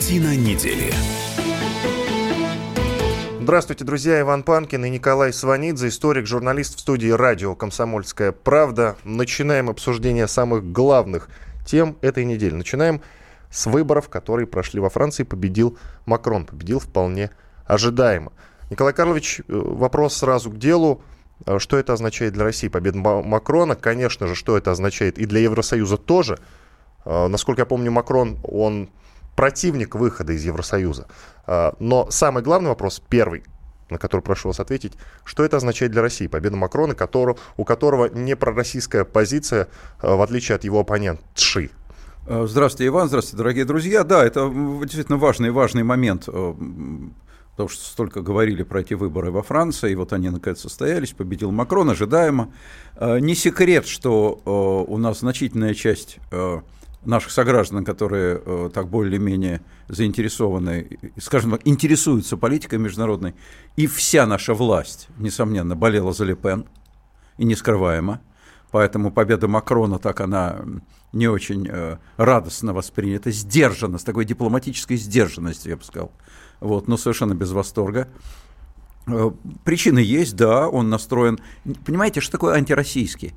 Картина недели. Здравствуйте, друзья. Иван Панкин и Николай Сванидзе, историк, журналист в студии радио «Комсомольская правда». Начинаем обсуждение самых главных тем этой недели. Начинаем с выборов, которые прошли во Франции. Победил Макрон. Победил вполне ожидаемо. Николай Карлович, вопрос сразу к делу. Что это означает для России, победа Макрона? Конечно же, что это означает и для Евросоюза тоже. Насколько я помню, Макрон, он противник выхода из Евросоюза. Но самый главный вопрос, первый, на который прошу вас ответить, что это означает для России, победа Макрона, у которого не пророссийская позиция, в отличие от его оппонентши? Здравствуйте, Иван, здравствуйте, дорогие друзья. Да, это действительно важный момент, потому что столько говорили про эти выборы во Франции, и вот они наконец состоялись, победил Макрон, ожидаемо. Не секрет, что у нас значительная часть наших сограждан, которые так более-менее заинтересованы, скажем так, интересуются политикой международной, и вся наша власть, несомненно, болела за Ле Пен, и нескрываемо, поэтому победа Макрона, так она не очень радостно воспринята, сдержанно, с такой дипломатической сдержанностью, я бы сказал, вот, но совершенно без восторга. Причины есть, да, он настроен... Понимаете, что такое антироссийский?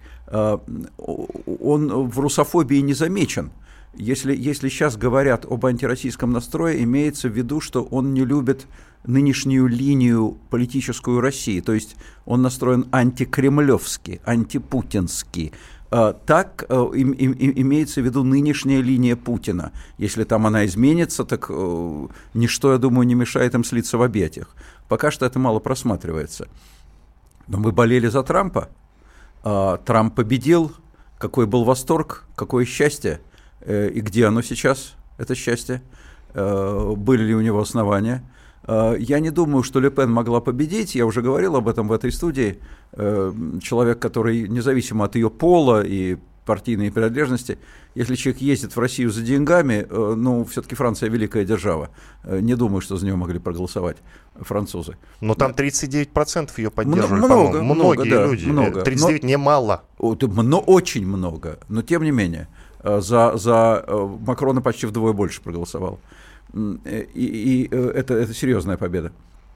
Он в русофобии не замечен. Если сейчас говорят об антироссийском настрое, имеется в виду, что он не любит нынешнюю линию политическую России, то есть он настроен антикремлевски, антипутински. Так имеется в виду нынешняя линия Путина. Если там она изменится, так ничто, я думаю, не мешает им слиться в объятиях. Пока что это мало просматривается. Но мы болели за Трампа. Трамп победил. Какой был восторг, какое счастье. И где оно сейчас, это счастье? Были ли у него основания? Я не думаю, что Ле Пен могла победить. Я уже говорил об этом в этой студии. Человек, который независимо от ее пола и партийной принадлежности, если человек ездит в Россию за деньгами, ну, все-таки Франция великая держава. Не думаю, что за нее могли проголосовать французы. Но там 39% ее поддерживали, по-моему. Многие люди. Много. 39 немало. Очень много. Но тем не менее, за Макрона почти вдвое больше проголосовало. И это серьезная победа.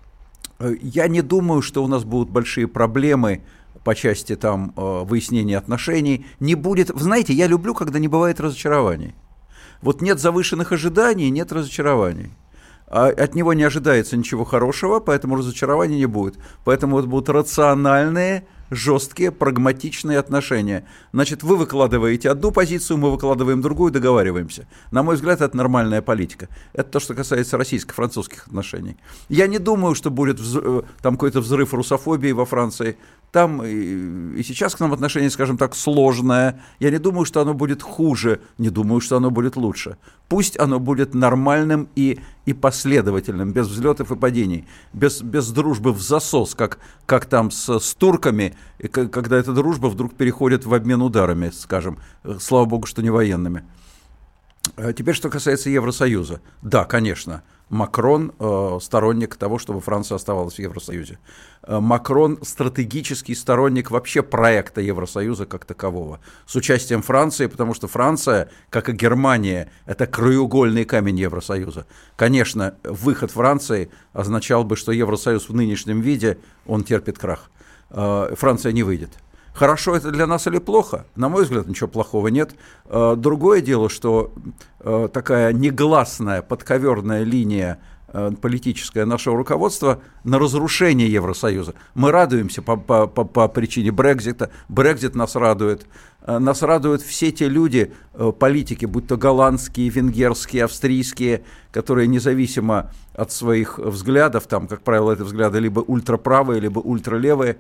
Я не думаю, что у нас будут большие проблемы по части там выяснения отношений. Не будет. Вы знаете, я люблю, когда не бывает разочарований. Вот нет завышенных ожиданий, нет разочарований. А от него не ожидается ничего хорошего, поэтому разочарований не будет. Поэтому это будут рациональные, жесткие, прагматичные отношения. Значит, вы выкладываете одну позицию, мы выкладываем другую, договариваемся. На мой взгляд, это нормальная политика. Это то, что касается российско-французских отношений. Я не думаю, что будет там какой-то взрыв русофобии во Франции. Там и сейчас к нам отношение, скажем так, сложное. Я не думаю, что оно будет хуже, не думаю, что оно будет лучше. Пусть оно будет нормальным и последовательным, без взлетов и падений, без дружбы в засос, как там с турками, когда эта дружба вдруг переходит в обмен ударами, скажем, слава богу, что не военными. Теперь, что касается Евросоюза. Да, конечно, Макрон сторонник того, чтобы Франция оставалась в Евросоюзе. Макрон стратегический сторонник вообще проекта Евросоюза как такового, с участием Франции, потому что Франция, как и Германия, это краеугольный камень Евросоюза. Конечно, выход Франции означал бы, что Евросоюз в нынешнем виде, он терпит крах. Франция не выйдет. Хорошо это для нас или плохо? На мой взгляд, ничего плохого нет. Другое дело, что такая негласная, подковерная линия политическое нашего руководства на разрушение Евросоюза. Мы радуемся по причине Брексита. Брексит нас радует. Нас радуют все те люди, политики, будь то голландские, венгерские, австрийские, которые независимо от своих взглядов, там, как правило, это взгляды либо ультраправые, либо ультралевые,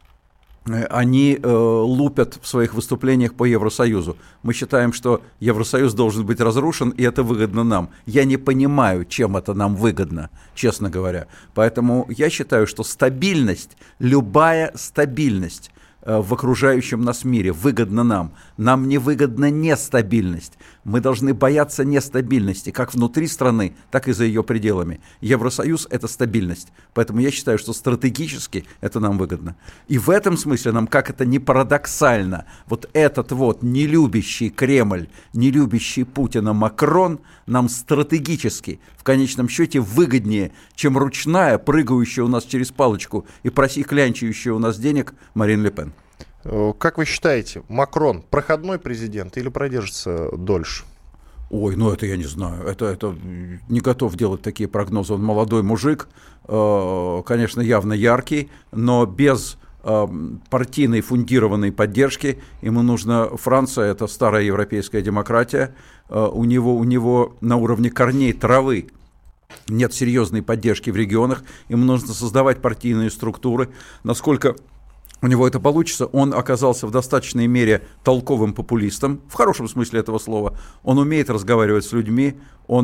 они лупят в своих выступлениях по Евросоюзу. Мы считаем, что Евросоюз должен быть разрушен, и это выгодно нам. Я не понимаю, чем это нам выгодно, честно говоря. Поэтому я считаю, что стабильность, любая стабильность в окружающем нас мире выгодна нам. Нам не выгодна нестабильность. Мы должны бояться нестабильности, как внутри страны, так и за ее пределами. Евросоюз – это стабильность. Поэтому я считаю, что стратегически это нам выгодно. И в этом смысле нам, как это ни парадоксально, вот этот вот нелюбящий Кремль, нелюбящий Путина Макрон нам стратегически, в конечном счете, выгоднее, чем ручная, прыгающая у нас через палочку и клянчающая у нас денег Марин Ле Пен. Как вы считаете, Макрон проходной президент или продержится дольше? Ой, ну это я не знаю, это не готов делать такие прогнозы. Он молодой мужик, конечно, явно яркий, но без партийной фундированной поддержки ему нужна Франция, это старая европейская демократия, у него на уровне корней травы нет серьезной поддержки в регионах, ему нужно создавать партийные структуры, насколько у него это получится. Он оказался в достаточной мере толковым популистом, в хорошем смысле этого слова. Он умеет разговаривать с людьми,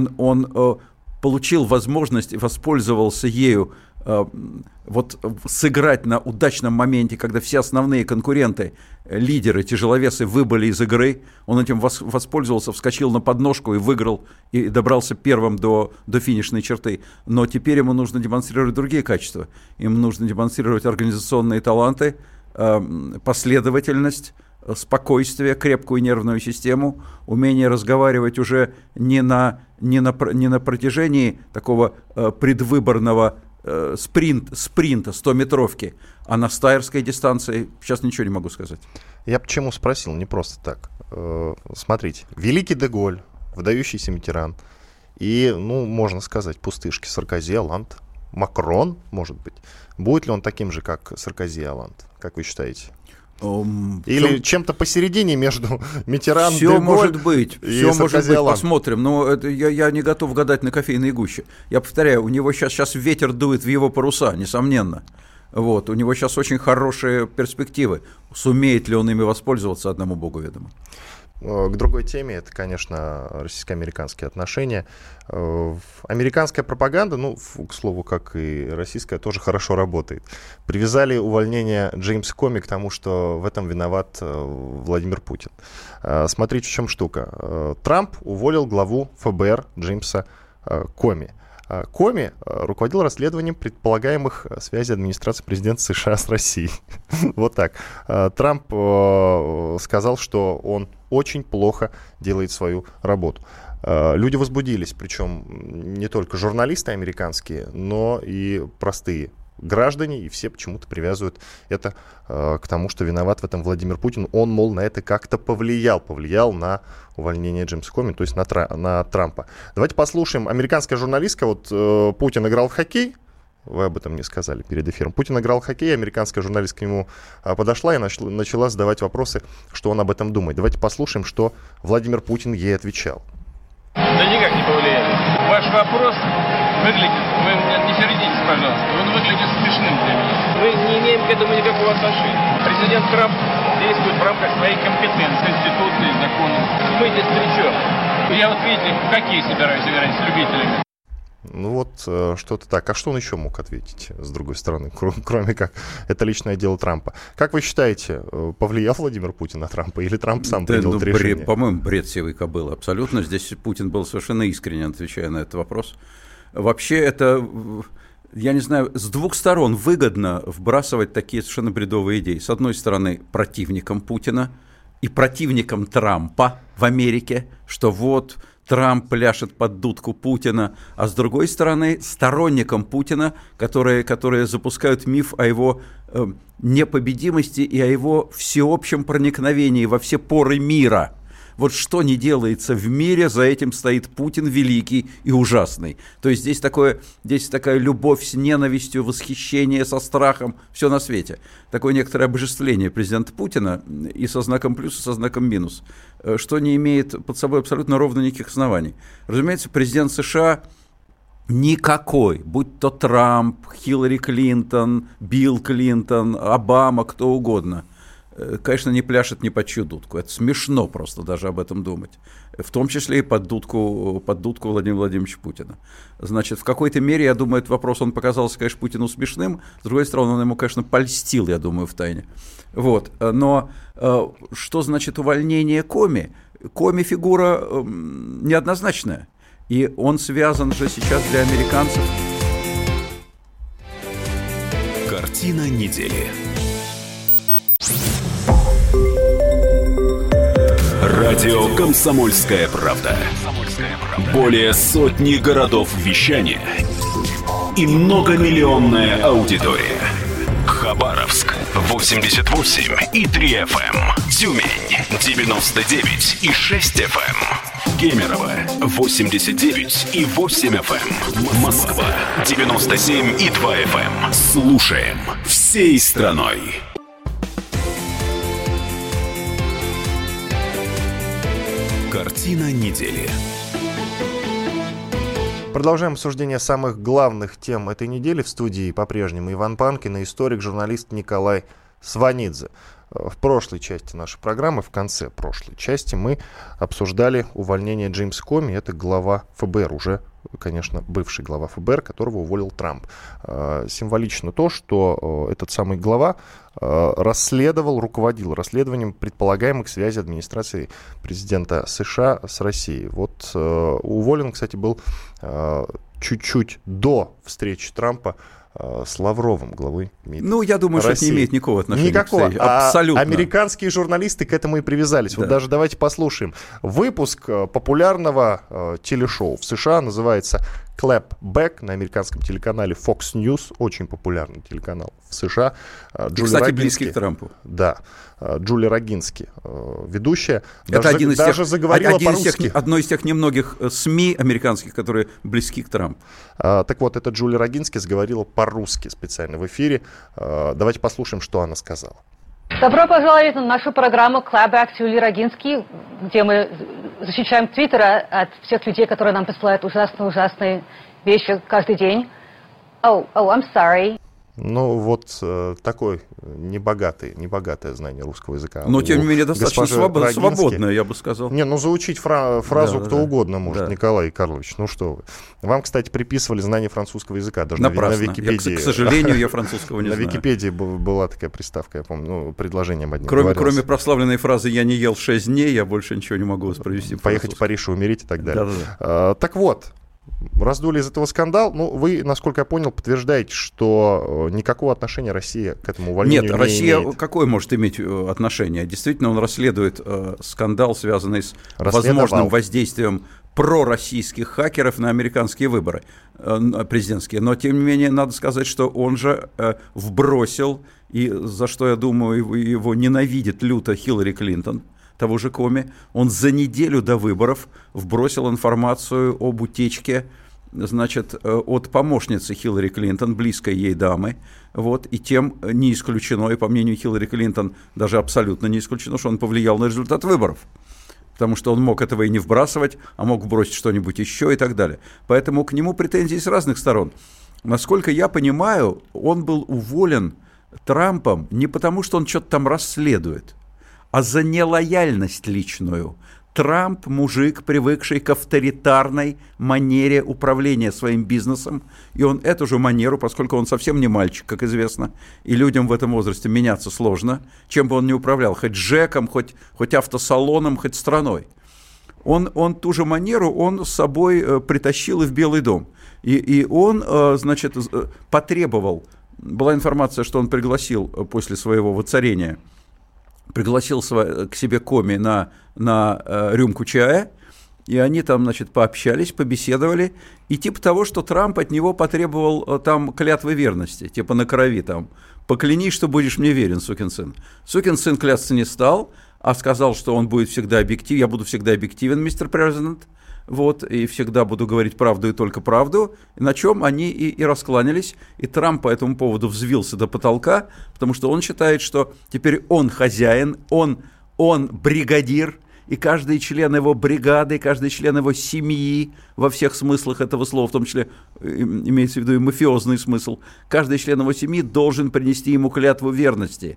он получил возможность и воспользовался ею вот сыграть на удачном моменте, когда все основные конкуренты, лидеры, тяжеловесы выбыли из игры. Он этим воспользовался, вскочил на подножку и выиграл, и добрался первым до финишной черты. Но теперь ему нужно демонстрировать другие качества. Ему нужно демонстрировать организационные таланты, последовательность, спокойствие, крепкую нервную систему, умение разговаривать уже не на протяжении такого предвыборного спринта 100-метровки, а на стайерской дистанции. Сейчас ничего не могу сказать. Я почему спросил? Не просто так. Смотрите, великий де Голль, выдающийся ветеран, и, можно сказать, пустышки Саркози, Олланд, Макрон, может быть. Будет ли он таким же, как Саркози и Олланд? Как вы считаете? Или чем-то посередине между Миттеран, все де Голль может быть, и все может Саркози, быть, Олланд? посмотрим. Но я не готов гадать на кофейной гуще. Я повторяю, у него сейчас ветер дует в его паруса, несомненно. Вот, у него сейчас очень хорошие перспективы. Сумеет ли он ими воспользоваться, одному Богу ведомо. К другой теме, это, конечно, российско-американские отношения. Американская пропаганда, к слову, как и российская, тоже хорошо работает. Привязали увольнение Джеймса Коми к тому, что в этом виноват Владимир Путин. Смотрите, в чем штука. Трамп уволил главу ФБР Джеймса Коми. Коми руководил расследованием предполагаемых связей администрации президента США с Россией. Вот так. Трамп сказал, что он очень плохо делает свою работу. Люди возбудились, причем не только журналисты американские, но и простые граждане, и все почему-то привязывают это к тому, что виноват в этом Владимир Путин. Он, мол, на это как-то повлиял на увольнение Джеймса Коми, то есть на Трампа. Давайте послушаем. Американская журналистка, Путин играл в хоккей, вы об этом не сказали перед эфиром. Путин играл в хоккей, американская журналистка к нему подошла и начала задавать вопросы, что он об этом думает. Давайте послушаем, что Владимир Путин ей отвечал. Да никак не повлияет. Ваш вопрос выглядит, вы меня не сердитесь, пожалуйста, он выглядит смешным для меня. Мы не имеем к этому никакого отношения. Президент Трамп действует в рамках своей компетенции, конституции, законов. Мы здесь при чем? Я видите, в хоккей собираюсь играть с любителями. Что-то так. А что он еще мог ответить, с другой стороны, кроме как это личное дело Трампа? Как вы считаете, повлиял Владимир Путин на Трампа или Трамп сам принял это решение? По-моему, бред сивой кобылы. Абсолютно. Здесь Путин был совершенно искренен, отвечая на этот вопрос. Вообще это, я не знаю, с двух сторон выгодно вбрасывать такие совершенно бредовые идеи. С одной стороны, противникам Путина и противникам Трампа в Америке, что вот Трамп пляшет под дудку Путина, а с другой стороны, сторонникам Путина, которые запускают миф о его непобедимости и о его всеобщем проникновении во все поры мира. Вот что не делается в мире, за этим стоит Путин великий и ужасный. То есть здесь такая любовь с ненавистью, восхищение со страхом, все на свете. Такое некоторое обожествление президента Путина и со знаком плюс, и со знаком минус, что не имеет под собой абсолютно ровно никаких оснований. Разумеется, президент США никакой, будь то Трамп, Хиллари Клинтон, Билл Клинтон, Обама, кто угодно, конечно, не пляшет ни под чью дудку. Это смешно просто даже об этом думать. В том числе и под дудку Владимира Владимировича Путина. Значит, в какой-то мере, я думаю, этот вопрос, он показался, конечно, Путину смешным. С другой стороны, он ему, конечно, польстил, я думаю, втайне. Вот. Но что значит увольнение Коми? Коми фигура неоднозначная. И он связан же сейчас для американцев. Картина недели. Радио «Комсомольская правда». Более сотни городов вещания и многомиллионная аудитория. Хабаровск 88 и 3 FM. Тюмень 99 и 6 FM. Кемерово 89 и 8 FM. Москва 97 и 2 FM. Слушаем всей страной. Картина недели. Продолжаем обсуждение самых главных тем этой недели. В студии по-прежнему Иван Панкин и историк, журналист Николай Сванидзе. В прошлой части нашей программы, в конце прошлой части, мы обсуждали увольнение Джеймса Коми. Это глава ФБР, уже, конечно, бывший глава ФБР, которого уволил Трамп. Символично то, что этот самый глава руководил расследованием предполагаемых связей администрации президента США с Россией. Вот уволен, кстати, был чуть-чуть до встречи Трампа с Лавровым, главой МИД. Ну, я думаю, России. что это не имеет никакого отношения. Никакого. Абсолютно. Американские журналисты к этому и привязались. Да. Вот даже давайте послушаем. Выпуск популярного телешоу в США называется Clap Back на американском телеканале Fox News. Очень популярный телеканал в США. Кстати, близкий к Трампу. Да. Джулия Рогински, ведущая. Это даже заговорила по-русски. Одно из тех немногих СМИ американских, которые близки к Трампу. Так вот, эта Джулия Рогински заговорила по-русски специально в эфире. Давайте послушаем, что она сказала. Добро пожаловать на нашу программу Clapback с Юлией Рогински, где мы защищаем Твиттер от всех людей, которые нам присылают ужасные вещи каждый день. I'm sorry. Ну, вот такое небогатое знание русского языка. Но, тем не менее, достаточно свободное, я бы сказал. Не, ну, заучить фразу кто угодно может, да. Николай Карлович, ну что вы. Вам, кстати, приписывали знание французского языка, даже напрасно. На Википедии. К сожалению, я французского не знаю. На Википедии была такая приставка, я помню, предложением одним. Кроме прославленной фразы «я не ел 6 дней», я больше ничего не могу воспроизвести. Поехать в Париж и умереть и так далее. Да. Так вот. Раздули из этого скандал. Ну, вы, насколько я понял, подтверждаете, что никакого отношения Россия к этому увольнению не имеет. Нет, Россия какое может иметь отношение? Действительно, он расследует скандал, связанный с возможным воздействием пророссийских хакеров на американские выборы президентские. Но, тем не менее, надо сказать, что он же вбросил, и за что, я думаю, его ненавидит люто Хиллари Клинтон, того же Коми, он за неделю до выборов вбросил информацию об утечке, значит, от помощницы Хиллари Клинтон, близкой ей дамы, вот, и тем не исключено, и по мнению Хиллари Клинтон даже абсолютно не исключено, что он повлиял на результат выборов, потому что он мог этого и не вбрасывать, а мог вбросить что-нибудь еще и так далее. Поэтому к нему претензии с разных сторон. Насколько я понимаю, он был уволен Трампом не потому, что он что-то там расследует, а за нелояльность личную. Трамп – мужик, привыкший к авторитарной манере управления своим бизнесом, и он эту же манеру, поскольку он совсем не мальчик, как известно, и людям в этом возрасте меняться сложно, чем бы он ни управлял, хоть ЖЭКом, хоть автосалоном, хоть страной. Он ту же манеру он с собой притащил и в Белый дом. И он, значит, потребовал, была информация, что он пригласил после своего воцарения, пригласил к себе Коми на рюмку чая, и они там, значит, пообщались, побеседовали, и типа того, что Трамп от него потребовал там клятвы верности, типа на крови там, поклянись, что будешь мне верен, сукин сын. Сукин сын клясться не стал, а сказал, что он будет всегда объективен, я буду всегда объективен, мистер президент, вот, и всегда буду говорить правду и только правду, на чем они и раскланялись, и Трамп по этому поводу взвился до потолка, потому что он считает, что теперь он хозяин, он бригадир, и каждый член его бригады, каждый член его семьи, во всех смыслах этого слова, в том числе имеется в виду и мафиозный смысл, каждый член его семьи должен принести ему клятву верности.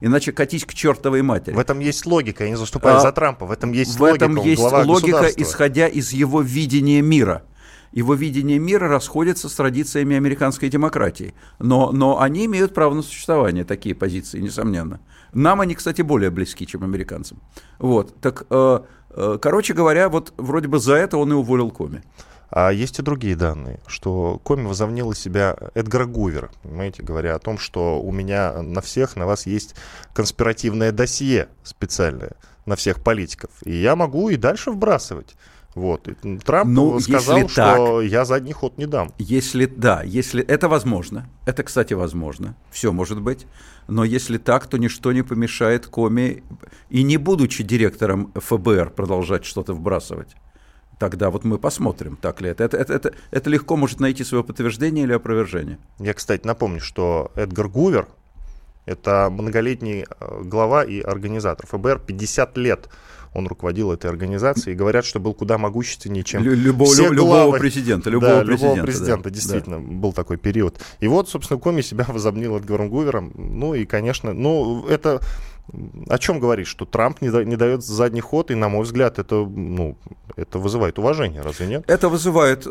Иначе катись к чертовой матери. В этом есть логика, я не заступаю за Трампа, в этом есть логика. В этом есть логика, исходя из его видения мира. Его видение мира расходится с традициями американской демократии. Но они имеют право на существование, такие позиции, несомненно. Нам они, кстати, более близки, чем американцам. Вот. Так, короче говоря, вот вроде бы за это он и уволил Коми. А есть и другие данные, что Коми возомнил из себя Эдгара Гувера, понимаете, говоря о том, что у меня на всех, на вас есть конспиративное досье специальное на всех политиков, и я могу и дальше вбрасывать. Вот. И Трамп сказал, что я задний ход не дам. Если это возможно, это, кстати, возможно, все может быть, но если так, то ничто не помешает Коми, и не будучи директором ФБР, продолжать что-то вбрасывать. Тогда вот мы посмотрим, так ли это. Это легко может найти свое подтверждение или опровержение. Я, кстати, напомню, что Эдгар Гувер — это многолетний глава и организатор ФБР, 50 лет он руководил этой организацией, и говорят, что был куда могущественнее, чем любого президента. Любого президента, действительно, был такой период. И вот, собственно, Коми себя возомнил Эдгаром Гувером. Ну и, конечно, это о чем говорит, что Трамп не дает задний ход, и, на мой взгляд, это вызывает уважение, разве нет? Это вызывает,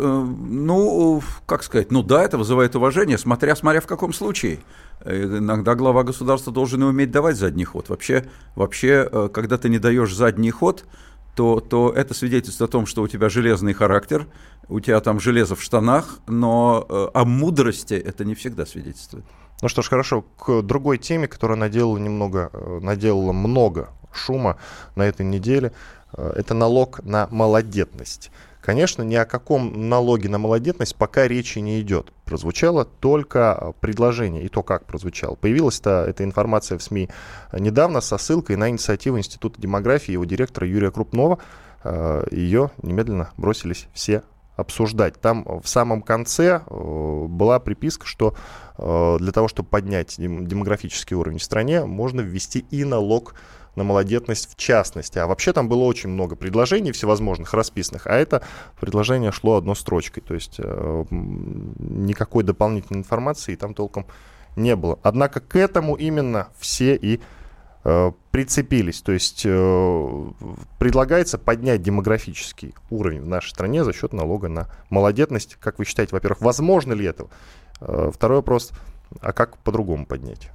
это вызывает уважение, смотря в каком случае. Иногда глава государства должен и уметь давать задний ход. Вообще, когда ты не даешь задний ход, то это свидетельствует о том, что у тебя железный характер, у тебя там железо в штанах, но о мудрости это не всегда свидетельствует. Ну что ж, хорошо, к другой теме, которая наделала много шума на этой неделе, это налог на малодетность. Конечно, ни о каком налоге на малодетность пока речи не идет. Прозвучало только предложение, и то, как прозвучало. Появилась эта информация в СМИ недавно со ссылкой на инициативу Института демографии его директора Юрия Крупнова. Ее немедленно бросились все обсуждать. Там в самом конце была приписка, что для того, чтобы поднять демографический уровень в стране, можно ввести и налог на малодетность в частности. А вообще там было очень много предложений всевозможных, расписанных, а это предложение шло одной строчкой. То есть никакой дополнительной информации там толком не было. Однако к этому именно все и прицепились. То есть предлагается поднять демографический уровень в нашей стране за счет налога на малодетность. Как вы считаете, во-первых, возможно ли это? Второй вопрос, а как по-другому поднять?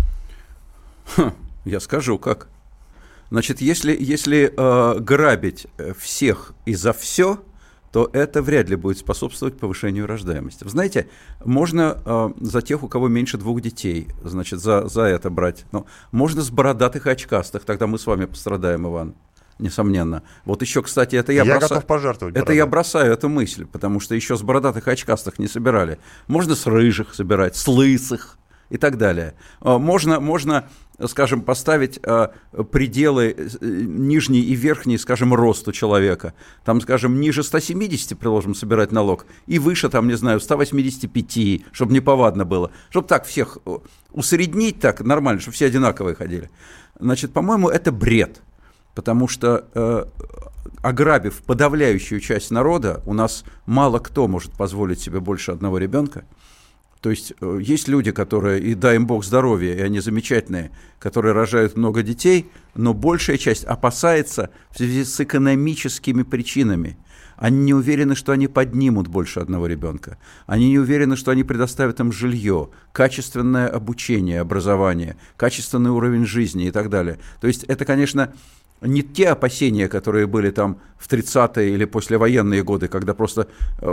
Я скажу, как. Значит, если грабить всех и за все, то это вряд ли будет способствовать повышению рождаемости. Вы знаете, можно за тех, у кого меньше 2 детей, значит, за это брать. Но можно с бородатых и очкастых, тогда мы с вами пострадаем, Иван, несомненно. Вот еще, кстати, это я готов пожертвовать. Это я бросаю эту мысль, потому что еще с бородатых и очкастых не собирали. Можно с рыжих собирать, с лысых и так далее. Можно, скажем, поставить пределы нижний и верхний, скажем, росту человека. Там, скажем, ниже 170, приложим, собирать налог, и выше, там, не знаю, 185, чтобы неповадно было. Чтобы так всех усреднить так нормально, чтобы все одинаковые ходили. Значит, по-моему, это бред. Потому что, ограбив подавляющую часть народа, у нас мало кто может позволить себе больше 1 ребенка. То есть есть люди, которые, и дай им Бог здоровья, и они замечательные, которые рожают много детей, но большая часть опасается в связи с экономическими причинами. Они не уверены, что они поднимут больше 1 ребенка. Они не уверены, что они предоставят им жилье, качественное обучение, образование, качественный уровень жизни и так далее. То есть это, конечно, не те опасения, которые были там в 30-е или послевоенные годы, когда просто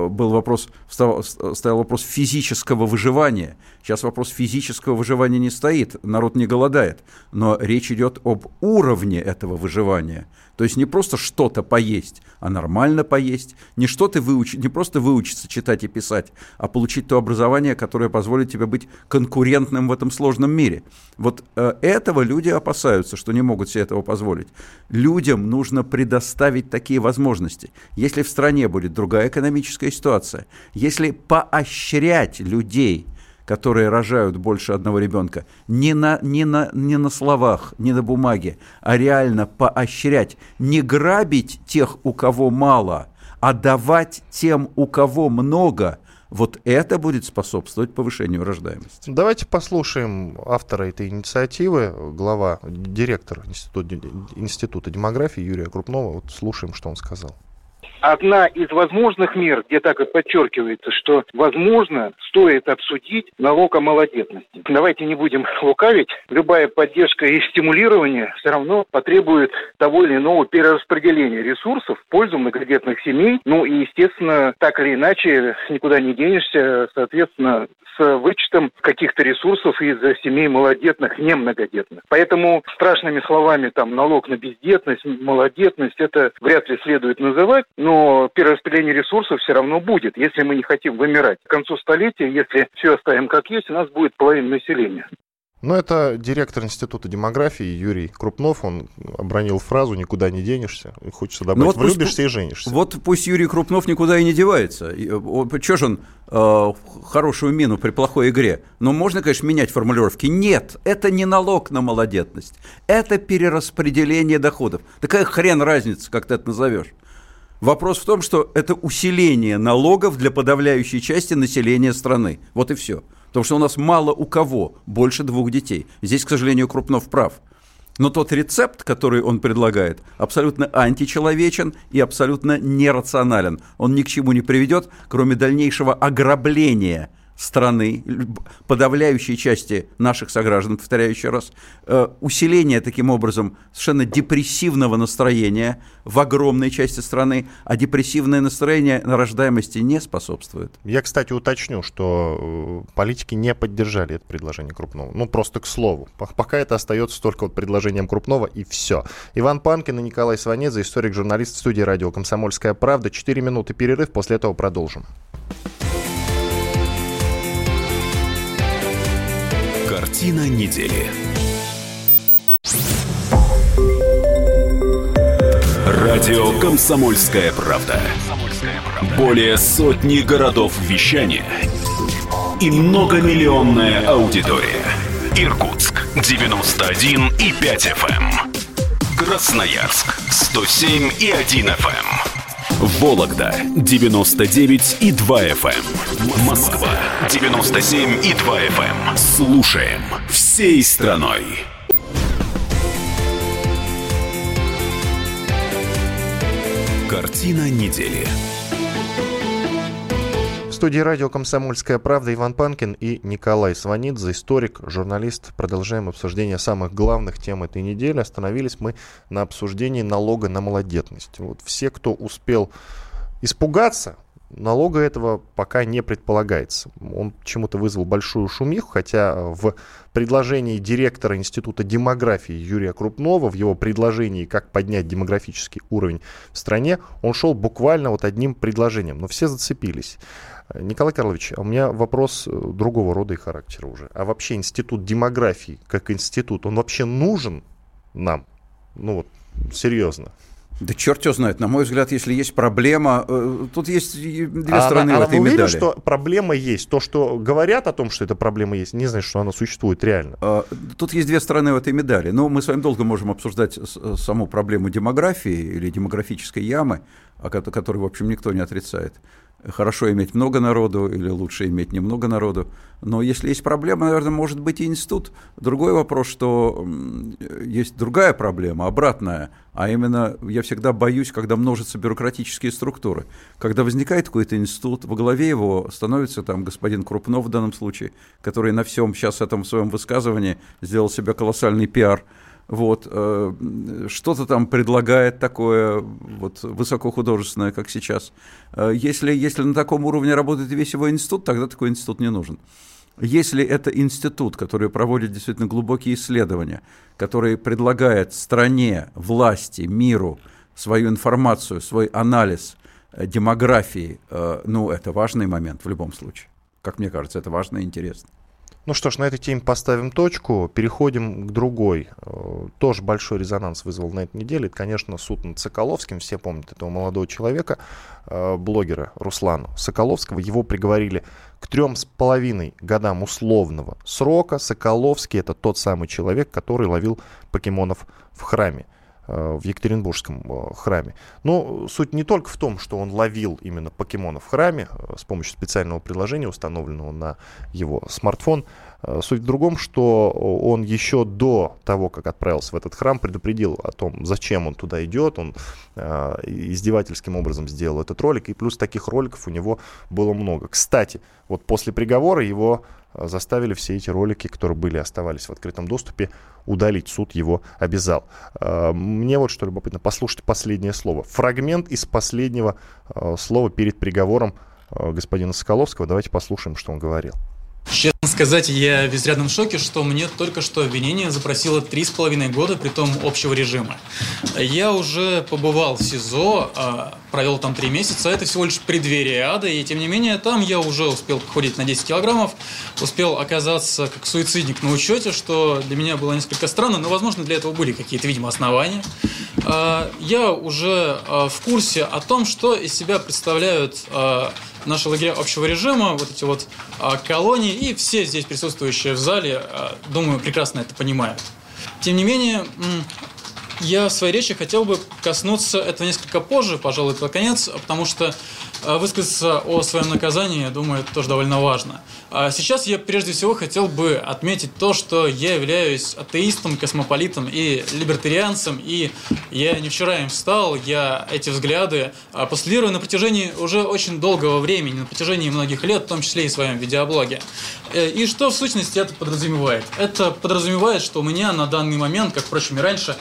стоял вопрос физического выживания. Сейчас вопрос физического выживания не стоит, народ не голодает, но речь идет об уровне этого выживания. То есть не просто что-то поесть, а нормально поесть, не просто выучиться читать и писать, а получить то образование, которое позволит тебе быть конкурентным в этом сложном мире. Вот этого люди опасаются, что не могут себе этого позволить. Людям нужно предоставить такие возможности. Если в стране будет другая экономическая ситуация, если поощрять людей, которые рожают больше 1 ребенка, не на словах, не на бумаге, а реально поощрять, не грабить тех, у кого мало, а давать тем, у кого много, Вот это будет способствовать повышению рождаемости. Давайте послушаем автора этой инициативы, директор Института демографии Юрия Крупнова. Вот слушаем, что он сказал. Одна из возможных мер, где так и подчеркивается, что, возможно, стоит обсудить налог о малодетности. Давайте не будем лукавить. Любая поддержка и стимулирование все равно потребует того или иного перераспределения ресурсов в пользу многодетных семей. Ну и, естественно, так или иначе, никуда не денешься, соответственно, с вычетом каких-то ресурсов из семей малодетных, немногодетных. Поэтому страшными словами налог на бездетность, малодетность, это вряд ли следует называть, но перераспределение ресурсов все равно будет, если мы не хотим вымирать. К концу столетия, если все оставим как есть, у нас будет половина населения. Но это директор Института демографии Юрий Крупнов, он обронил фразу «никуда не денешься». Хочется добавить, влюбишься и женишься. Вот пусть Юрий Крупнов никуда и не девается. Чего же он хорошую мину при плохой игре? Но можно, конечно, менять формулировки. Нет, это не налог на малодетность. Это перераспределение доходов. Такая хрен разница, как ты это назовешь. Вопрос в том, что это усиление налогов для подавляющей части населения страны. Вот и все. Потому что у нас мало у кого больше 2 детей. Здесь, к сожалению, Крупнов прав. Но тот рецепт, который он предлагает, абсолютно античеловечен и абсолютно нерационален. Он ни к чему не приведет, кроме дальнейшего ограбления страны, подавляющей части наших сограждан, повторяю еще раз, усиление таким образом совершенно депрессивного настроения в огромной части страны, а депрессивное настроение на рождаемости не способствует. Я, кстати, уточню, что политики не поддержали это предложение Крупнова. Ну, просто к слову. Пока это остается только предложением Крупнова, и все. Иван Панкин и Николай Сванидзе, историк-журналист в студии радио «Комсомольская правда». 4 минуты перерыв, после этого продолжим. Картина недели. Радио «Комсомольская правда». Более сотни городов вещания и многомиллионная аудитория. Иркутск 91,5 FM. Красноярск 107,1 FM. Вологда 99,2 FM. Москва 97,2 FM. Слушаем всей страной. Картина недели. В студии радио «Комсомольская правда» Иван Панкин и Николай Сванидзе, историк, журналист. Продолжаем обсуждение самых главных тем этой недели. Остановились мы на обсуждении налога на малодетность. Вот все, кто успел испугаться, налога этого пока не предполагается. Он почему-то вызвал большую шумиху, хотя в предложении директора Института демографии Юрия Крупнова, в его предложении, как поднять демографический уровень в стране, он шел буквально вот одним предложением, но все зацепились. Николай Карлович, у меня вопрос другого рода и характера уже. А вообще институт демографии как институт, он вообще нужен нам? Ну вот, серьезно. Да черт его знает. На мой взгляд, если есть проблема, тут есть две стороны в этой вы медали. уверены, что проблема есть? То, что говорят о том, что эта проблема есть, не значит, что она существует реально. Тут есть две стороны в этой медали. Но мы с вами долго можем обсуждать саму проблему демографии или демографической ямы, которую, в общем, никто не отрицает. Хорошо иметь много народу или лучше иметь немного народу. Но если есть проблема, наверное, может быть и институт. Другой вопрос, что есть другая проблема, обратная. А именно, я всегда боюсь, когда множатся бюрократические структуры. Когда возникает какой-то институт, во главе его становится там господин Крупнов в данном случае, который на всем сейчас этом своем высказывании сделал себе колоссальный пиар. Вот, что-то там предлагает такое вот, высокохудожественное, как сейчас. Если на таком уровне работает весь его институт, тогда такой институт не нужен. Если это институт, который проводит действительно глубокие исследования, который предлагает стране, власти, миру свою информацию, свой анализ демографии, ну, это важный момент в любом случае. Как мне кажется, это важно и интересно. Ну что ж, на этой теме поставим точку, переходим к другой. Тоже большой резонанс вызвал на этой неделе. Это, конечно, суд над Соколовским. Все помнят этого молодого человека, блогера Руслана Соколовского. Его приговорили к 3,5 годам условного срока. Соколовский — это тот самый человек, который ловил покемонов в храме. в Екатеринбургском храме. Но суть не только в том, что он ловил именно покемонов в храме с помощью специального приложения, установленного на его смартфон. Суть в другом, что он еще до того, как отправился в этот храм, предупредил о том, зачем он туда идет. Он издевательским образом сделал этот ролик, и плюс таких роликов у него было много. Кстати, вот после приговора его заставили все эти ролики, которые оставались в открытом доступе, удалить. Суд его обязал. Мне вот что любопытно, послушайте последнее слово. Фрагмент из последнего слова перед приговором господина Соколовского. Давайте послушаем, что он говорил. Честно сказать, я в изрядном шоке, что мне только что обвинение запросило 3,5 года, притом общего режима. Я уже побывал в СИЗО, провел там 3 месяца, это всего лишь преддверие ада, и тем не менее там я уже успел похудеть на 10 килограммов, успел оказаться как суицидник на учете, что для меня было несколько странно, но, возможно, для этого были какие-то, видимо, основания. Я уже в курсе о том, что из себя представляют наши лагеря общего режима, вот эти вот колонии, и все здесь присутствующие в зале, думаю, прекрасно это понимают. Тем не менее, я в своей речи хотел бы коснуться этого несколько позже, пожалуй, под конец, потому что высказаться о своем наказании, я думаю, это тоже довольно важно. Сейчас я прежде всего хотел бы отметить то, что я являюсь атеистом, космополитом и либертарианцем, и я не вчера им встал, я эти взгляды постулирую на протяжении уже очень долгого времени, на протяжении многих лет, в том числе и в своем видеоблоге. И что в сущности это подразумевает? Это подразумевает, что у меня на данный момент, как, впрочем, и раньше,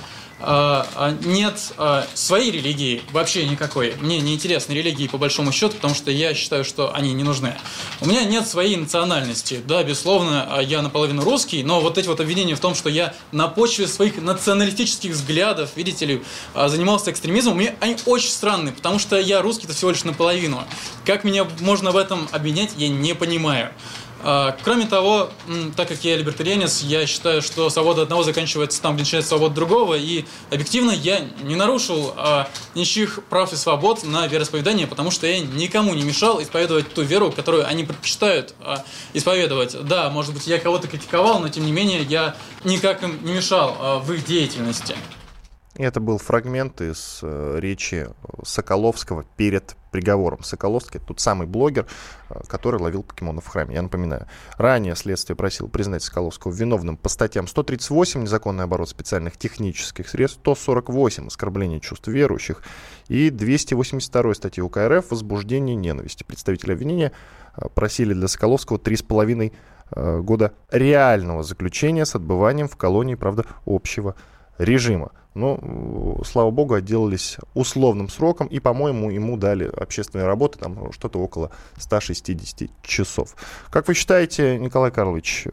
нет своей религии, вообще никакой. Мне не интересны религии по большому счету, потому что я считаю, что они не нужны. У меня нет своей национальности. Да, безусловно, я наполовину русский, но вот эти вот обвинения в том, что я на почве своих националистических взглядов, видите ли, занимался экстремизмом, они очень странные, потому что я русский-то всего лишь наполовину. Как меня можно в этом обвинять, я не понимаю. Кроме того, так как я либертарианец, я считаю, что свобода одного заканчивается там, где начинается свобода другого, и объективно я не нарушил ничьих прав и свобод на вероисповедание, потому что я никому не мешал исповедовать ту веру, которую они предпочитают исповедовать. Да, может быть, я кого-то критиковал, но тем не менее я никак им не мешал в их деятельности. Это был фрагмент из речи Соколовского перед приговором. Соколовский — это тот самый блогер, который ловил покемонов в храме. Я напоминаю, ранее следствие просило признать Соколовского виновным по статьям 138 «Незаконный оборот специальных технических средств», 148 «Оскорбление чувств верующих» и 282 статьи УК РФ «Возбуждение ненависти». Представители обвинения просили для Соколовского 3,5 года реального заключения с отбыванием в колонии, правда, общего режима. Но, слава богу, отделались условным сроком, и, по-моему, ему дали общественные работы, там что-то около 160 часов. Как вы считаете, Николай Карлович,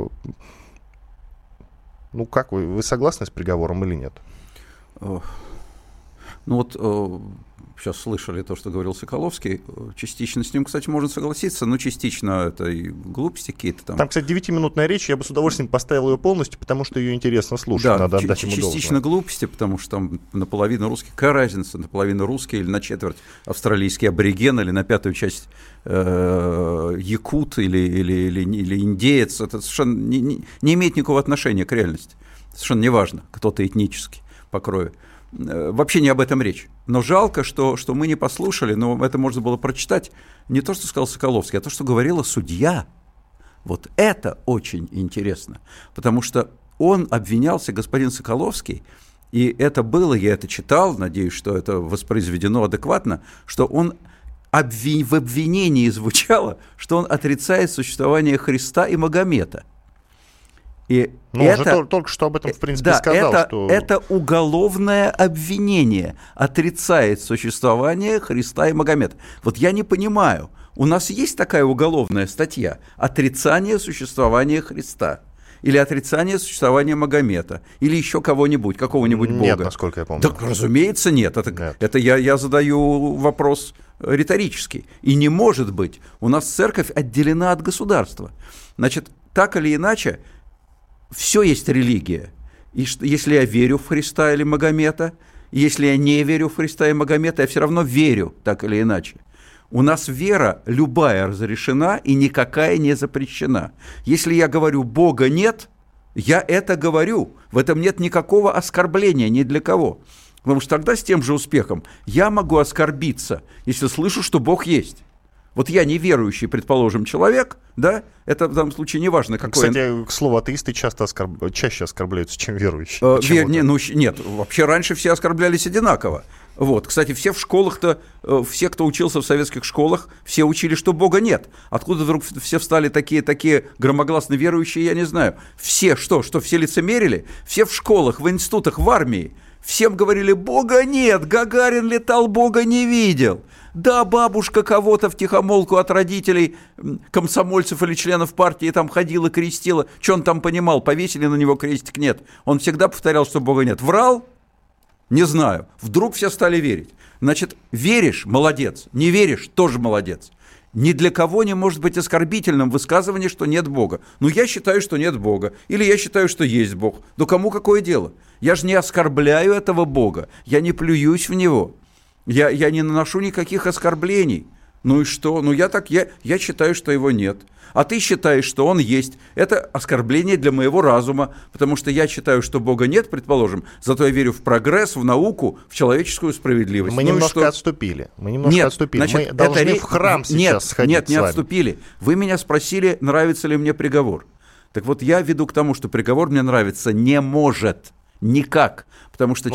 как вы согласны с приговором или нет? Сейчас слышали то, что говорил Соколовский. Частично с ним, кстати, можно согласиться, но частично это и глупости какие-то там. Там, кстати, 9-минутная речь, я бы с удовольствием поставил ее полностью, потому что ее интересно слушать. Да, надо отдать ему частично должное. Глупости, потому что там наполовину русский. Какая разница, наполовину русский или на четверть австралийский абориген, или на пятую часть якут или индеец. Это совершенно не имеет никакого отношения к реальности. Совершенно неважно, кто ты этнически по крови. Вообще не об этом речь. Но жалко, что мы не послушали, но это можно было прочитать не то, что сказал Соколовский, а то, что говорила судья. Вот это очень интересно, потому что он обвинялся, господин Соколовский, и это было, я это читал, надеюсь, что это воспроизведено адекватно, что он в обвинении звучало, что он отрицает существование Христа и Магомета. И он же только что об этом, в принципе, сказал. Это уголовное обвинение. Отрицает существование Христа и Магомета. Вот я не понимаю, у нас есть такая уголовная статья «Отрицание существования Христа» или «Отрицание существования Магомета» или еще кого-нибудь, какого-нибудь бога? Нет, насколько я помню. Так, разумеется, нет. Это я задаю вопрос риторический. И не может быть. У нас церковь отделена от государства. Значит, так или иначе, все есть религия. И если я верю в Христа или Магомета, если я не верю в Христа и Магомета, я все равно верю, так или иначе. У нас вера любая разрешена и никакая не запрещена. Если я говорю «Бога нет», я это говорю, В этом нет никакого оскорбления ни для кого. Потому что тогда с тем же успехом я могу оскорбиться, если слышу, что Бог есть. Вот я неверующий, предположим, человек, да, это в данном случае не важно, какой... Кстати, к слову, атеисты чаще оскорбляются, чем верующие. Нет, вообще раньше все оскорблялись одинаково. Вот. Кстати, все в школах-то, все, кто учился в советских школах, все учили, что Бога нет. Откуда вдруг все встали такие громогласно верующие, я не знаю. Все что все лицемерили? Все в школах, в институтах, в армии. Всем говорили: Бога нет, Гагарин летал, Бога не видел. Да, бабушка кого-то втихомолку от родителей, комсомольцев или членов партии там ходила, крестила. Что он там понимал? Повесили на него крестик? Нет. Он всегда повторял, что Бога нет. Врал? Не знаю. Вдруг все стали верить. Значит, веришь – молодец. Не веришь – тоже молодец. Ни для кого не может быть оскорбительным высказывание, что нет Бога. Ну, я считаю, что нет Бога. Или я считаю, что есть Бог. Да кому какое дело? Я же не оскорбляю этого Бога. Я не плююсь в Него. Я не наношу никаких оскорблений. Ну и что? Ну, я считаю, что его нет. А ты считаешь, что он есть. Это оскорбление для моего разума, потому что я считаю, что Бога нет, предположим, зато я верю в прогресс, в науку, в человеческую справедливость. Мы немножко отступили. Мы должны в храм сейчас сходить. Нет, не отступили. Вы меня спросили, нравится ли мне приговор. Так вот, я веду к тому, что приговор мне нравится не может. Никак. Потому что,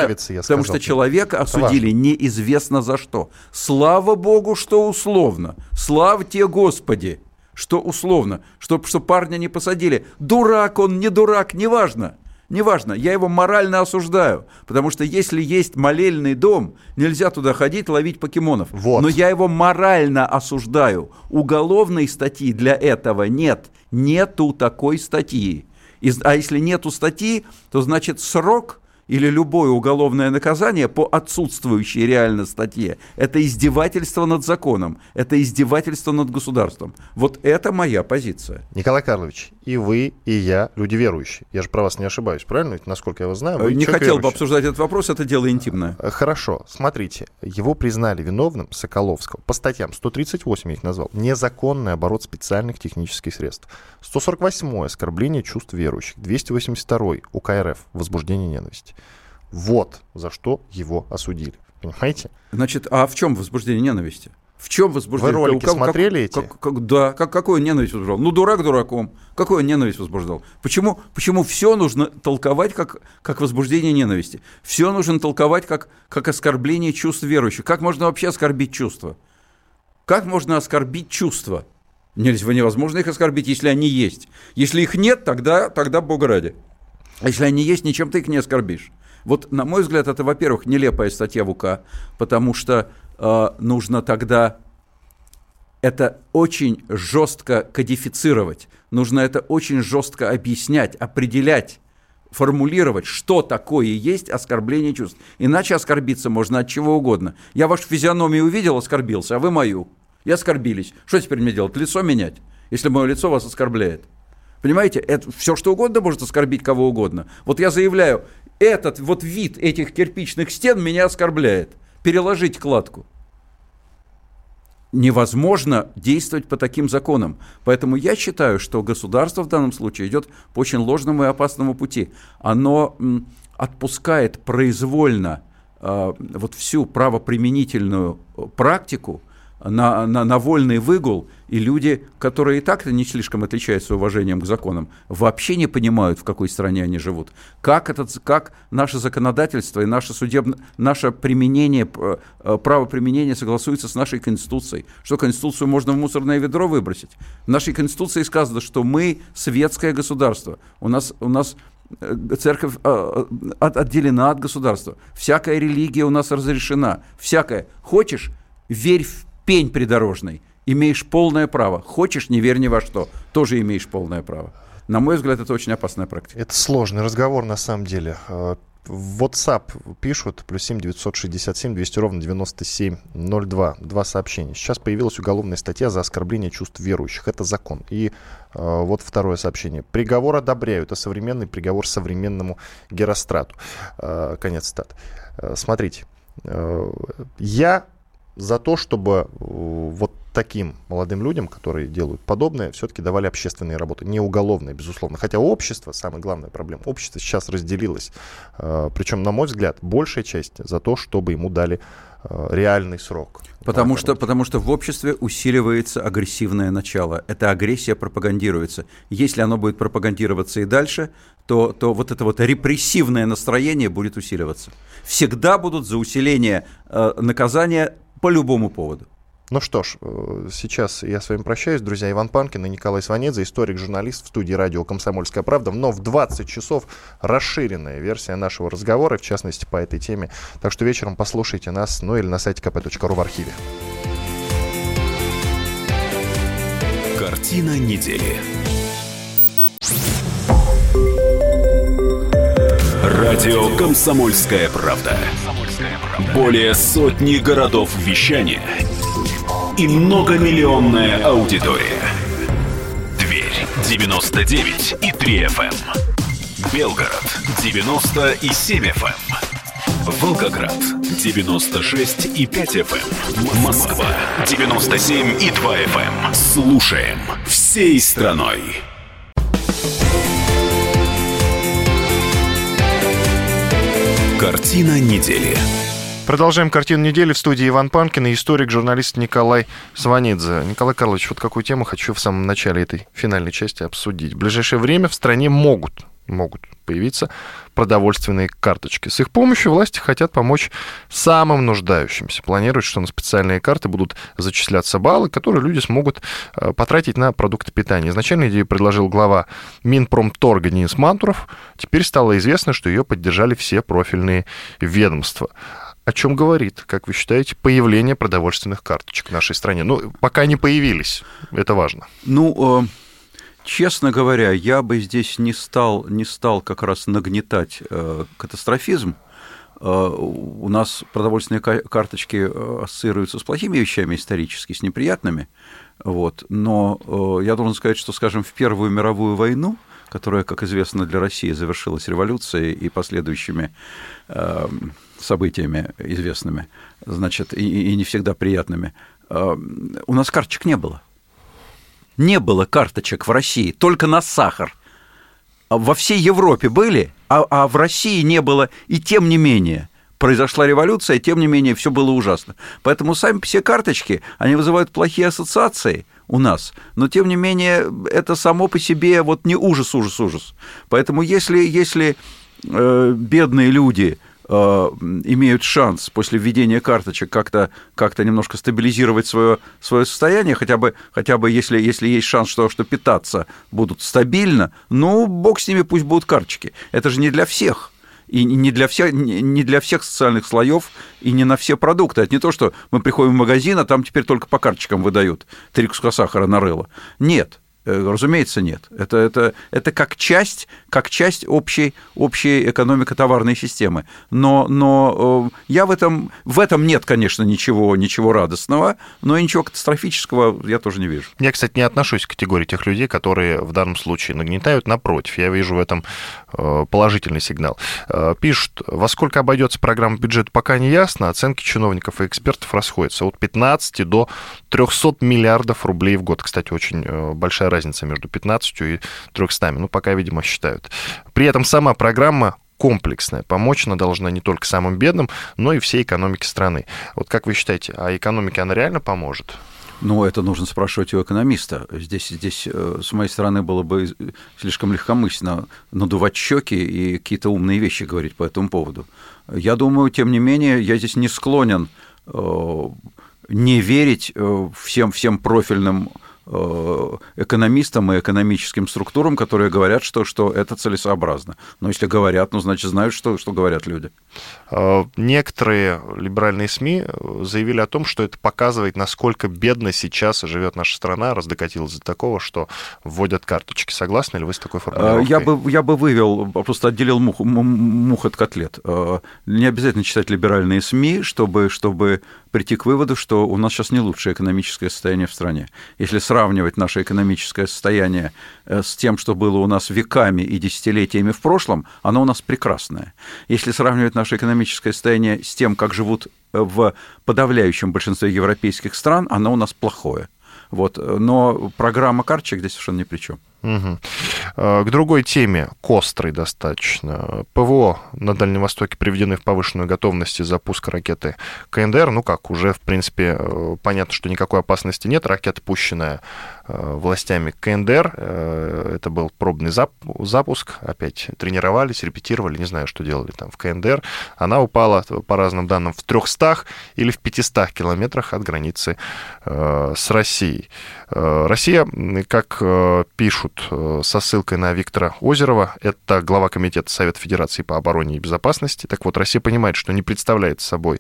человека осудили неизвестно за что. Слава Богу, что условно. Слава тебе, Господи, что условно. Что парня не посадили. Дурак он, не дурак, неважно. Неважно, я его морально осуждаю. Потому что если есть молельный дом, нельзя туда ходить, ловить покемонов. Вот. Но я его морально осуждаю. Уголовной статьи для этого нет. Нету такой статьи. А если нету статьи, то значит срок или любое уголовное наказание по отсутствующей реально статье – это издевательство над законом, это издевательство над государством. Вот это моя позиция. Николай Карлович, и вы, и я люди верующие. Я же про вас не ошибаюсь, правильно? Ведь, насколько я вас знаю, вы не хотел бы обсуждать этот вопрос, это дело интимное. Хорошо, смотрите, его признали виновным, Соколовского, по статьям 138 я их назвал, незаконный оборот специальных технических средств, 148 оскорбление чувств верующих, 282 УК РФ возбуждение ненависти. Вот за что его осудили. Понимаете? Значит, а в чем возбуждение ненависти? В чем возбуждение? Вы ролики смотрели эти? Да, какую ненависть возбуждал? Ну, дурак дураком. Какую ненависть возбуждал? Почему все нужно толковать как возбуждение ненависти? Все нужно толковать как оскорбление чувств верующих. Как можно вообще оскорбить чувства? Как можно оскорбить чувства? Невозможно их оскорбить, если они есть. Если их нет, тогда Бога ради. А если они есть, ничем ты их не оскорбишь. Вот, на мой взгляд, это, во-первых, нелепая статья в УК, потому что нужно тогда это очень жестко кодифицировать, нужно это очень жестко объяснять, определять, формулировать, что такое есть оскорбление чувств. Иначе оскорбиться можно от чего угодно. Я вашу физиономию увидел, оскорбился, а вы мою. И оскорбились. Что теперь мне делать? Лицо менять, если мое лицо вас оскорбляет? Понимаете, это все что угодно может оскорбить кого угодно. Вот я заявляю, этот вот вид этих кирпичных стен меня оскорбляет. Переложить кладку. Невозможно действовать по таким законам. Поэтому я считаю, что государство в данном случае идет по очень ложному и опасному пути. Оно отпускает произвольно вот всю правоприменительную практику на вольный выгул, и люди, которые и так не слишком отличаются уважением к законам, вообще не понимают, в какой стране они живут. Как наше законодательство и наше применение, правоприменение согласуется с нашей Конституцией. Что Конституцию можно в мусорное ведро выбросить? В нашей Конституции сказано, что мы светское государство. У нас церковь отделена от государства. Всякая религия у нас разрешена. Всякая. Хочешь, верь в пень придорожный, имеешь полное право. Хочешь, не верь ни во что, тоже имеешь полное право. На мой взгляд, это очень опасная практика. Это сложный разговор, на самом деле. В WhatsApp пишут, +7 967 200 ровно 9702. Два сообщения. Сейчас появилась уголовная статья за оскорбление чувств верующих. Это закон. И вот второе сообщение. Приговор одобряют, а современный приговор современному Герострату. Конец цитаты. Смотрите. Я за то, чтобы вот таким молодым людям, которые делают подобное, все-таки давали общественные работы, не уголовные, безусловно. Хотя общество, самая главная проблема, общество сейчас разделилось. Причем, на мой взгляд, большая часть за то, чтобы ему дали реальный срок. Потому что в обществе усиливается агрессивное начало. Эта агрессия пропагандируется. Если оно будет пропагандироваться и дальше, то вот это вот репрессивное настроение будет усиливаться. Всегда будут за усиление наказания по любому поводу. Ну что ж, сейчас я с вами прощаюсь, друзья. Иван Панкин и Николай Сванидзе, историк-журналист в студии радио «Комсомольская правда». Но в 20 часов расширенная версия нашего разговора, в частности, по этой теме. Так что вечером послушайте нас, ну или на сайте kp.ru в архиве. Картина недели. Радио «Комсомольская правда». Более сотни городов вещания и многомиллионная аудитория. Тверь 99,3 FM. Белгород 90,7 FM. Волгоград 96,5 FM. Москва 97,2 FM. Слушаем всей страной. Картина недели. Продолжаем картину недели в студии Иван Панкин и историк-журналист Николай Сванидзе. Николай Карлович, вот какую тему хочу в самом начале этой финальной части обсудить. В ближайшее время в стране могут появиться продовольственные карточки. С их помощью власти хотят помочь самым нуждающимся. Планируют, что на специальные карты будут зачисляться баллы, которые люди смогут потратить на продукты питания. Изначально идею предложил глава Минпромторга Денис Мантуров. Теперь стало известно, что ее поддержали все профильные ведомства. О чем говорит, как вы считаете, появление продовольственных карточек в нашей стране? Ну, пока не появились, это важно. Честно говоря, я бы здесь не стал как раз нагнетать катастрофизм. У нас продовольственные карточки ассоциируются с плохими вещами исторически, с неприятными. Вот. Но я должен сказать, что, скажем, в Первую мировую войну, которая, как известно, для России завершилась революцией и последующими событиями известными, значит, и не всегда приятными, у нас карточек не было. Не было карточек в России, только на сахар. Во всей Европе были, а в России не было, и тем не менее произошла революция, и тем не менее все было ужасно. Поэтому сами все карточки, они вызывают плохие ассоциации у нас, но тем не менее это само по себе вот не ужас. Поэтому если бедные люди имеют шанс после введения карточек как-то немножко стабилизировать свое состояние, хотя бы если есть шанс, что питаться будут стабильно, ну, бог с ними, пусть будут карточки. Это же не для всех. И не для всех социальных слоев, и не на все продукты. Это не то, что мы приходим в магазин, а там теперь только по карточкам выдают 3 куска сахара на рыло. Нет. Разумеется, нет. Это как часть общей экономико-товарной системы. Но я в этом нет, конечно, ничего радостного, но и ничего катастрофического я тоже не вижу. Я, кстати, не отношусь к категории тех людей, которые в данном случае нагнетают. Напротив, я вижу в этом положительный сигнал. Пишут, во сколько обойдется программа бюджета, пока не ясно. Оценки чиновников и экспертов расходятся от 15 до 300 миллиардов рублей в год. Кстати, очень большая разница между 15 и 300. Ну, пока, видимо, считают. При этом сама программа комплексная. Помочь она должна не только самым бедным, но и всей экономике страны. Вот как вы считаете, а экономике она реально поможет? Ну, это нужно спрашивать у экономиста. Здесь с моей стороны было бы слишком легкомысленно надувать щеки и какие-то умные вещи говорить по этому поводу. Я думаю, тем не менее, я здесь не склонен не верить всем профильным экономистам и экономическим структурам, которые говорят, что это целесообразно. Но если говорят, значит, знают, что говорят люди. Некоторые либеральные СМИ заявили о том, что это показывает, насколько бедно сейчас живет наша страна, раз докатилась до такого, что вводят карточки. Согласны ли вы с такой формулировкой? Я бы вывел, просто отделил мух от котлет. Не обязательно читать либеральные СМИ, чтобы прийти к выводу, что у нас сейчас не лучшее экономическое состояние в стране. Если сравнивать наше экономическое состояние с тем, что было у нас веками и десятилетиями в прошлом, оно у нас прекрасное. Если сравнивать наше экономическое состояние с тем, как живут в подавляющем большинстве европейских стран, оно у нас плохое. Вот. Но программа карточек здесь совершенно ни при чем. Угу. К другой теме, к острой достаточно. ПВО на Дальнем Востоке приведены в повышенную готовность из-за пуска ракеты КНДР. Ну как, уже, в принципе, понятно, что никакой опасности нет. Ракета, пущенная властями КНДР, это был пробный запуск. Опять тренировались, репетировали, не знаю, что делали там в КНДР. Она упала, по разным данным, в 300 или в 500 километрах от границы с Россией. Россия, как пишут со ссылкой на Виктора Озерова, это глава Комитета Совета Федерации по обороне и безопасности. Так вот, Россия понимает, что не представляет собой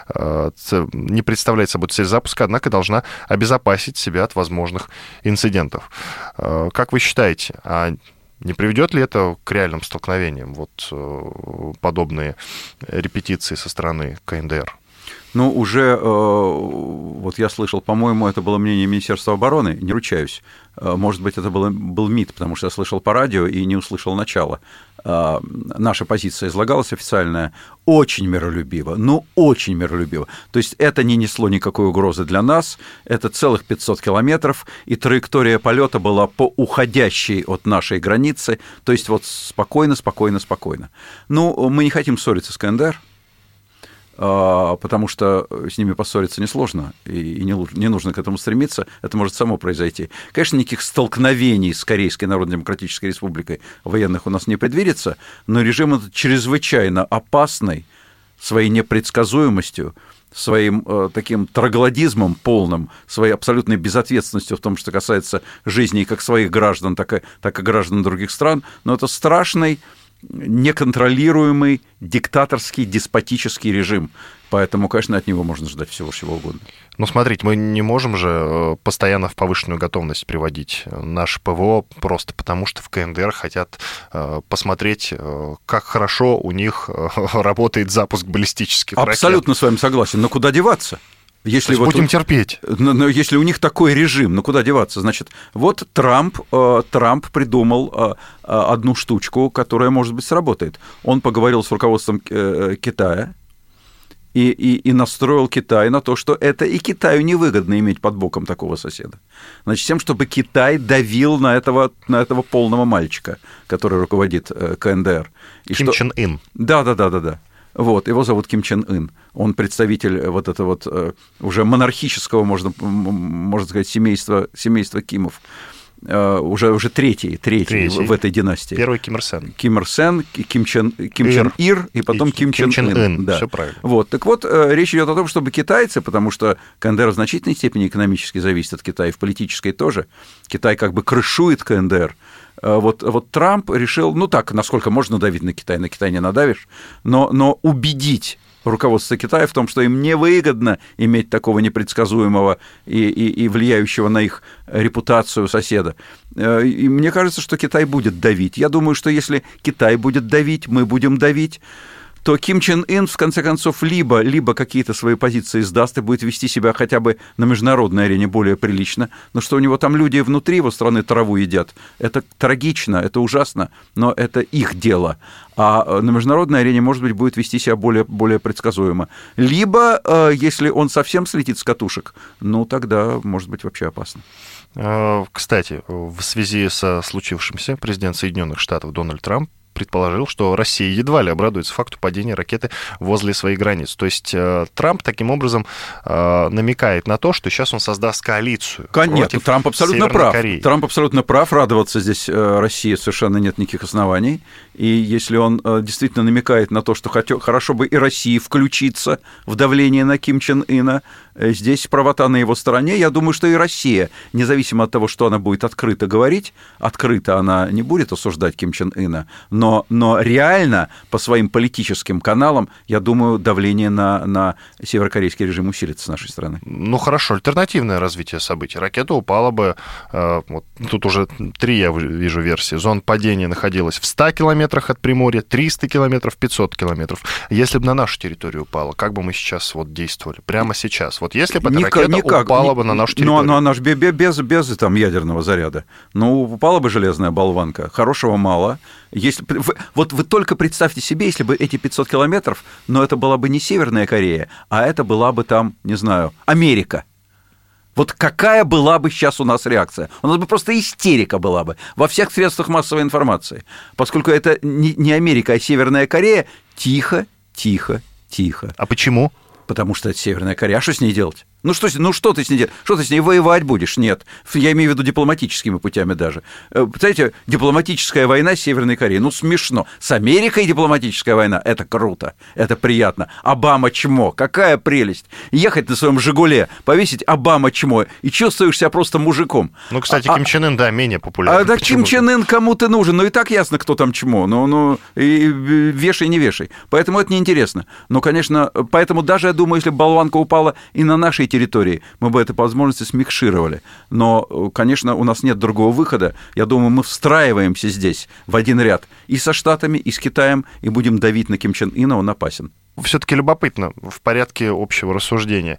цель запуска, однако должна обезопасить себя от возможных инцидентов. Как вы считаете, а не приведет ли это к реальным столкновениям, вот подобные репетиции со стороны КНДР? Ну, уже, вот я слышал, по-моему, это было мнение Министерства обороны, не ручаюсь. Может быть, это был МИД, потому что я слышал по радио и не услышал начала. Наша позиция излагалась официальная очень миролюбиво, очень миролюбиво. То есть это не несло никакой угрозы для нас, это целых 500 километров, и траектория полета была по уходящей от нашей границы, то есть вот спокойно. Ну, мы не хотим ссориться с КНДР, потому что с ними поссориться несложно, и не нужно к этому стремиться, это может само произойти. Конечно, никаких столкновений с Корейской Народно-Демократической Республикой военных у нас не предвидится, но режим этот чрезвычайно опасный своей непредсказуемостью, своим таким троглодизмом полным, своей абсолютной безответственностью в том, что касается жизни как своих граждан, так и граждан других стран, но это страшный, неконтролируемый, диктаторский, деспотический режим. Поэтому, конечно, от него можно ждать всего чего угодно. Ну, смотрите, мы не можем же постоянно в повышенную готовность приводить наше ПВО просто потому, что в КНДР хотят посмотреть, как хорошо у них работает запуск баллистических ракет. Абсолютно с вами согласен, но куда деваться? Если вот будем терпеть. Но если у них такой режим, куда деваться? Значит, вот Трамп придумал одну штучку, которая, может быть, сработает. Он поговорил с руководством Китая и настроил Китай на то, что это и Китаю невыгодно иметь под боком такого соседа. Значит, тем, чтобы Китай давил на этого полного мальчика, который руководит КНДР. Ким Чен Ын. Да. Вот, его зовут Ким Чен Ын. Он представитель вот этого вот уже монархического, можно сказать, семейства Кимов. Уже третий в этой династии. Первый Ким Ир Сен. Ким Ир Сен, Ким Чен Ир и потом Ким Чен Ын. Да. Все правильно. Вот, так вот, речь идет о том, чтобы китайцы, потому что КНДР в значительной степени экономически зависит от Китая, в политической тоже. Китай как бы крышует КНДР. Вот Трамп решил, насколько можно давить на Китай не надавишь, но убедить руководство Китая в том, что им невыгодно иметь такого непредсказуемого и влияющего на их репутацию соседа. И мне кажется, что Китай будет давить. Я думаю, что если Китай будет давить, мы будем давить, то Ким Чен Ын, в конце концов, либо какие-то свои позиции сдаст и будет вести себя хотя бы на международной арене более прилично, но что у него там люди внутри его страны траву едят, это трагично, это ужасно, но это их дело. А на международной арене, может быть, будет вести себя более предсказуемо. Либо, если он совсем слетит с катушек, тогда, может быть, вообще опасно. Кстати, в связи со случившимся президент Соединенных Штатов Дональд Трамп предположил, что Россия едва ли обрадуется факту падения ракеты возле своих границ. То есть Трамп таким образом намекает на то, что сейчас он создаст коалицию. Конечно, Трамп абсолютно прав. Кореи. Трамп абсолютно прав. Радоваться здесь России совершенно нет никаких оснований. И если он действительно намекает на то, что хорошо бы и России включиться в давление на Ким Чен Ына, здесь правота на его стороне. Я думаю, что и Россия, независимо от того, что она будет открыто говорить, открыто она не будет осуждать Ким Чен Ына, но но реально по своим политическим каналам, я думаю, давление на северокорейский режим усилится с нашей стороны. Ну хорошо, альтернативное развитие событий. Ракета упала бы, вот, тут уже 3 я вижу версии. Зона падения находилась в 100 километрах от Приморья, 300 километров, 500 километров. Если бы на нашу территорию упала, как бы мы сейчас вот действовали? Прямо сейчас. Вот если бы эта ракета упала бы на нашу территорию. Но она же без там, ядерного заряда. Ну, упала бы железная болванка. Хорошего мало. Вот вы только представьте себе, если бы эти 500 километров, но это была бы не Северная Корея, а это была бы там, не знаю, Америка. Вот какая была бы сейчас у нас реакция? У нас бы просто истерика была бы во всех средствах массовой информации. Поскольку это не Америка, а Северная Корея, тихо. А почему? Потому что это Северная Корея. А что с ней делать? Ну что ты с ней делаешь? Что ты с ней воевать будешь? Нет. Я имею в виду дипломатическими путями даже. Представляете, дипломатическая война с Северной Кореей. Ну, смешно. С Америкой дипломатическая война – это круто, это приятно. Обама чмо. Какая прелесть. Ехать на своем «Жигуле», повесить «Обама чмо», и чувствуешь себя просто мужиком. Ну, кстати, Ким Чен Ын, да, менее популярен. Да Ким Чен Ын кому ты нужен? Ну, и так ясно, кто там чмо. Ну, и вешай, не вешай. Поэтому это неинтересно. Но, конечно, поэтому даже, я думаю, если бы болванка упала и на нашей территории, мы бы это по возможности смикшировали. Но, конечно, у нас нет другого выхода. Я думаю, мы встраиваемся здесь в один ряд и со Штатами, и с Китаем, и будем давить на Ким Чен Ына, он опасен. Все-таки любопытно, в порядке общего рассуждения,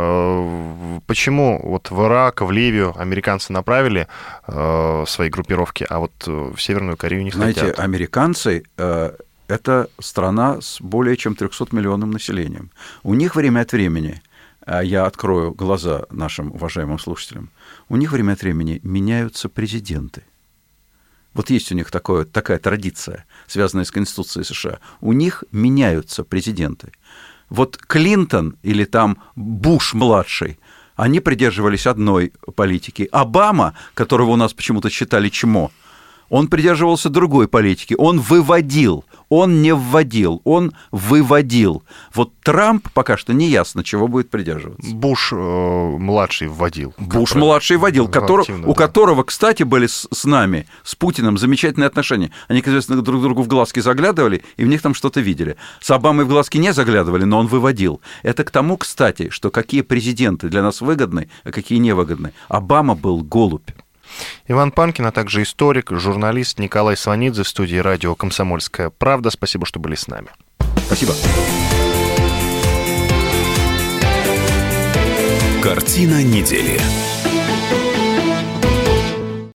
почему вот в Ирак, в Ливию американцы направили свои группировки, а вот в Северную Корею не хотят? Знаете, американцы... Это страна с более чем 300-миллионным населением. У них время от времени, я открою глаза нашим уважаемым слушателям, у них время от времени меняются президенты. Вот есть у них такая традиция, связанная с Конституцией США. У них меняются президенты. Вот Клинтон или там Буш-младший, они придерживались одной политики. Обама, которого у нас почему-то считали чмо, он придерживался другой политики. Он выводил, он не вводил, он выводил. Вот Трамп пока что не ясно, чего будет придерживаться. Буш-младший вводил. Буш-младший вводил, у которого, кстати, были с нами, с Путиным, замечательные отношения. Они, как известно, друг другу в глазки заглядывали, и в них там что-то видели. С Обамой в глазки не заглядывали, но он выводил. Это к тому, кстати, что какие президенты для нас выгодны, а какие невыгодны. Обама был голубь. Иван Панкин, а также историк, журналист Николай Сванидзе в студии радио «Комсомольская правда». Спасибо, что были с нами. Спасибо. Картина недели.